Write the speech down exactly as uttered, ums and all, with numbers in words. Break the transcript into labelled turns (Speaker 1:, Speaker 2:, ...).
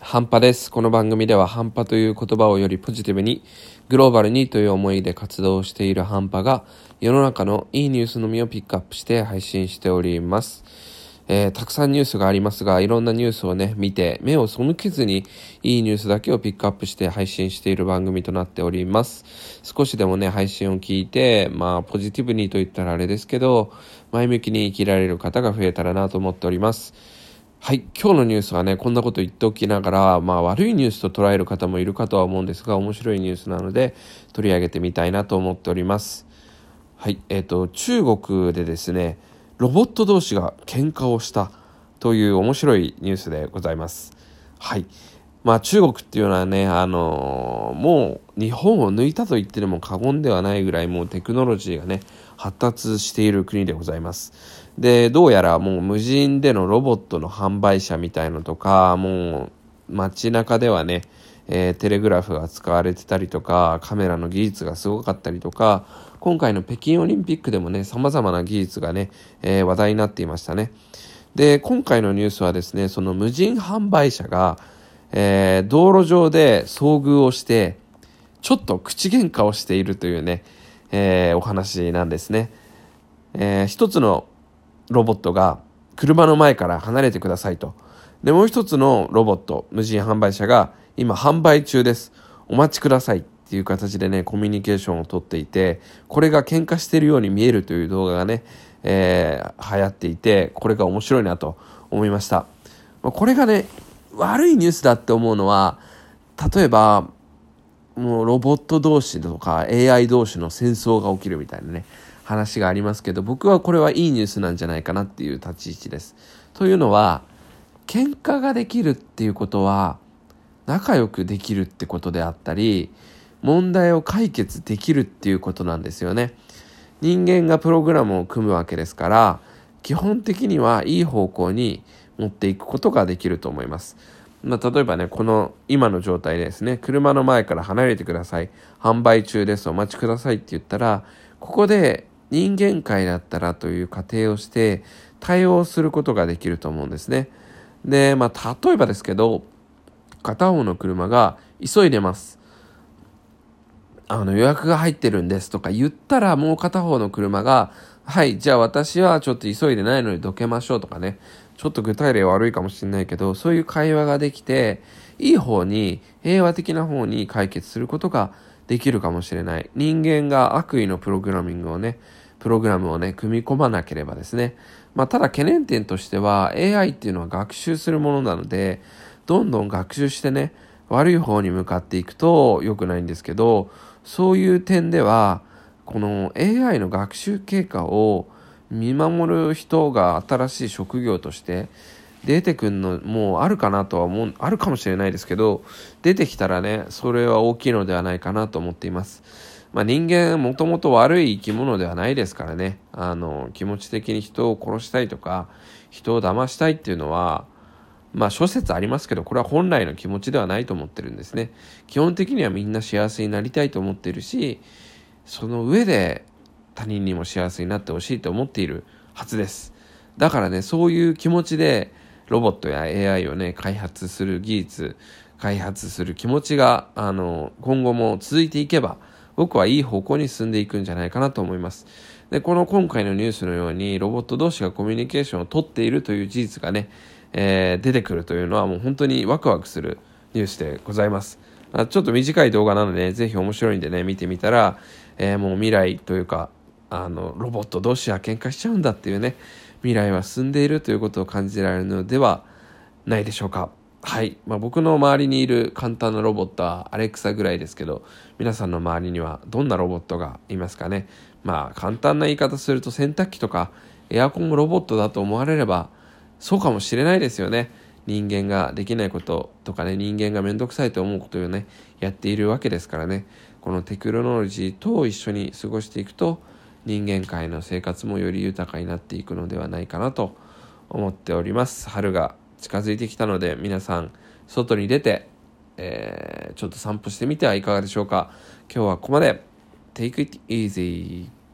Speaker 1: 半端です。この番組では半端という言葉をよりポジティブにグローバルにという思いで活動している半端が世の中のいいニュースのみをピックアップして配信しております。えー、たくさんニュースがありますが、いろんなニュースをね見て目を背けずにいいニュースだけをピックアップして配信している番組となっております。少しでもね配信を聞いてまあポジティブにと言ったらあれですけど前向きに生きられる方が増えたらなと思っております。はい、今日のニュースはねこんなこと言っておきながら、まあ、悪いニュースと捉える方もいるかとは思うんですが、面白いニュースなので取り上げてみたいなと思っております。はい、えーと中国でですねロボット同士が喧嘩をしたという面白いニュースでございます。はい、まあ中国っていうのはね、あのー、もう日本を抜いたと言っても過言ではないぐらいもうテクノロジーがね発達している国でございます。で、どうやらもう無人でのロボットの販売車みたいのとか、もう街中ではね、えー、テレグラフが使われてたりとか、カメラの技術がすごかったりとか、今回の北京オリンピックでもね、様々な技術がね、えー、話題になっていましたね。で、今回のニュースはですね、その無人販売車が、えー、道路上で遭遇をして、ちょっと口喧嘩をしているというね、えー、お話なんですね。えー、一つのロボットが車の前から離れてくださいと。で、もう一つのロボット、無人販売車が今販売中です。お待ちくださいっていう形でね、コミュニケーションをとっていて、これが喧嘩しているように見えるという動画がね、えー、流行っていて、これが面白いなと思いました。これがね、悪いニュースだって思うのは、例えば、もうロボット同士とか エーアイ 同士の戦争が起きるみたいなね、話がありますけど、僕はこれはいいニュースなんじゃないかなっていう立ち位置です。というのは、喧嘩ができるっていうことは仲良くできるってことであったり、問題を解決できるっていうことなんですよね。人間がプログラムを組むわけですから、基本的にはいい方向に持っていくことができると思います。まあ、例えばね、この今の状態でですね、車の前から離れてください、販売中です、お待ちくださいって言ったら、ここで人間界だったらという仮定をして対応することができると思うんですね。で、まあ例えばですけど、片方の車が急いでます。あの予約が入ってるんですとか言ったら、もう片方の車が、はい、じゃあ私はちょっと急いでないのでどけましょうとかね、ちょっと具体例悪いかもしれないけど、そういう会話ができて、いい方に、平和的な方に解決することができるかもしれない。人間が悪意のプログラミングをね、プログラムをね、組み込まなければですね。まあ、ただ懸念点としては、エーアイ っていうのは学習するものなので、どんどん学習してね、悪い方に向かっていくと良くないんですけど、そういう点では、この エーアイ の学習経過を見守る人が新しい職業として出てくるのもうあるかなとは思う、あるかもしれないですけど、出てきたらね、それは大きいのではないかなと思っています。まあ、人間もともと悪い生き物ではないですからね、あの気持ち的に人を殺したいとか人を騙したいっていうのは、まあ諸説ありますけど、これは本来の気持ちではないと思ってるんですね。基本的にはみんな幸せになりたいと思っているし、その上で他人にも幸せになってほしいと思っているはずです。だからね、そういう気持ちでロボットや エーアイ をね開発する技術、開発する気持ちがあの今後も続いていけば、僕はいい方向に進んでいくんじゃないかなと思います。で、この今回のニュースのようにロボット同士がコミュニケーションを取っているという事実がね、えー、出てくるというのはもう本当にワクワクするニュースでございます。ちょっと短い動画なので、ね、ぜひ面白いんでね見てみたら、えー、もう未来というか、あのロボット同士は喧嘩しちゃうんだっていうね、未来は進んでいるということを感じられるのではないでしょうか。はい、まあ、僕の周りにいる簡単なロボットはアレクサぐらいですけど、皆さんの周りにはどんなロボットがいますかね。まあ簡単な言い方すると、洗濯機とかエアコンもロボットだと思われればそうかもしれないですよね。人間ができないこととかね、人間がめんどくさいと思うことをねやっているわけですからね。このテクノロジーと一緒に過ごしていくと、人間界の生活もより豊かになっていくのではないかなと思っております。春が近づいてきたので、皆さん外に出て、えー、ちょっと散歩してみてはいかがでしょうか。今日はここまで。Take it easy.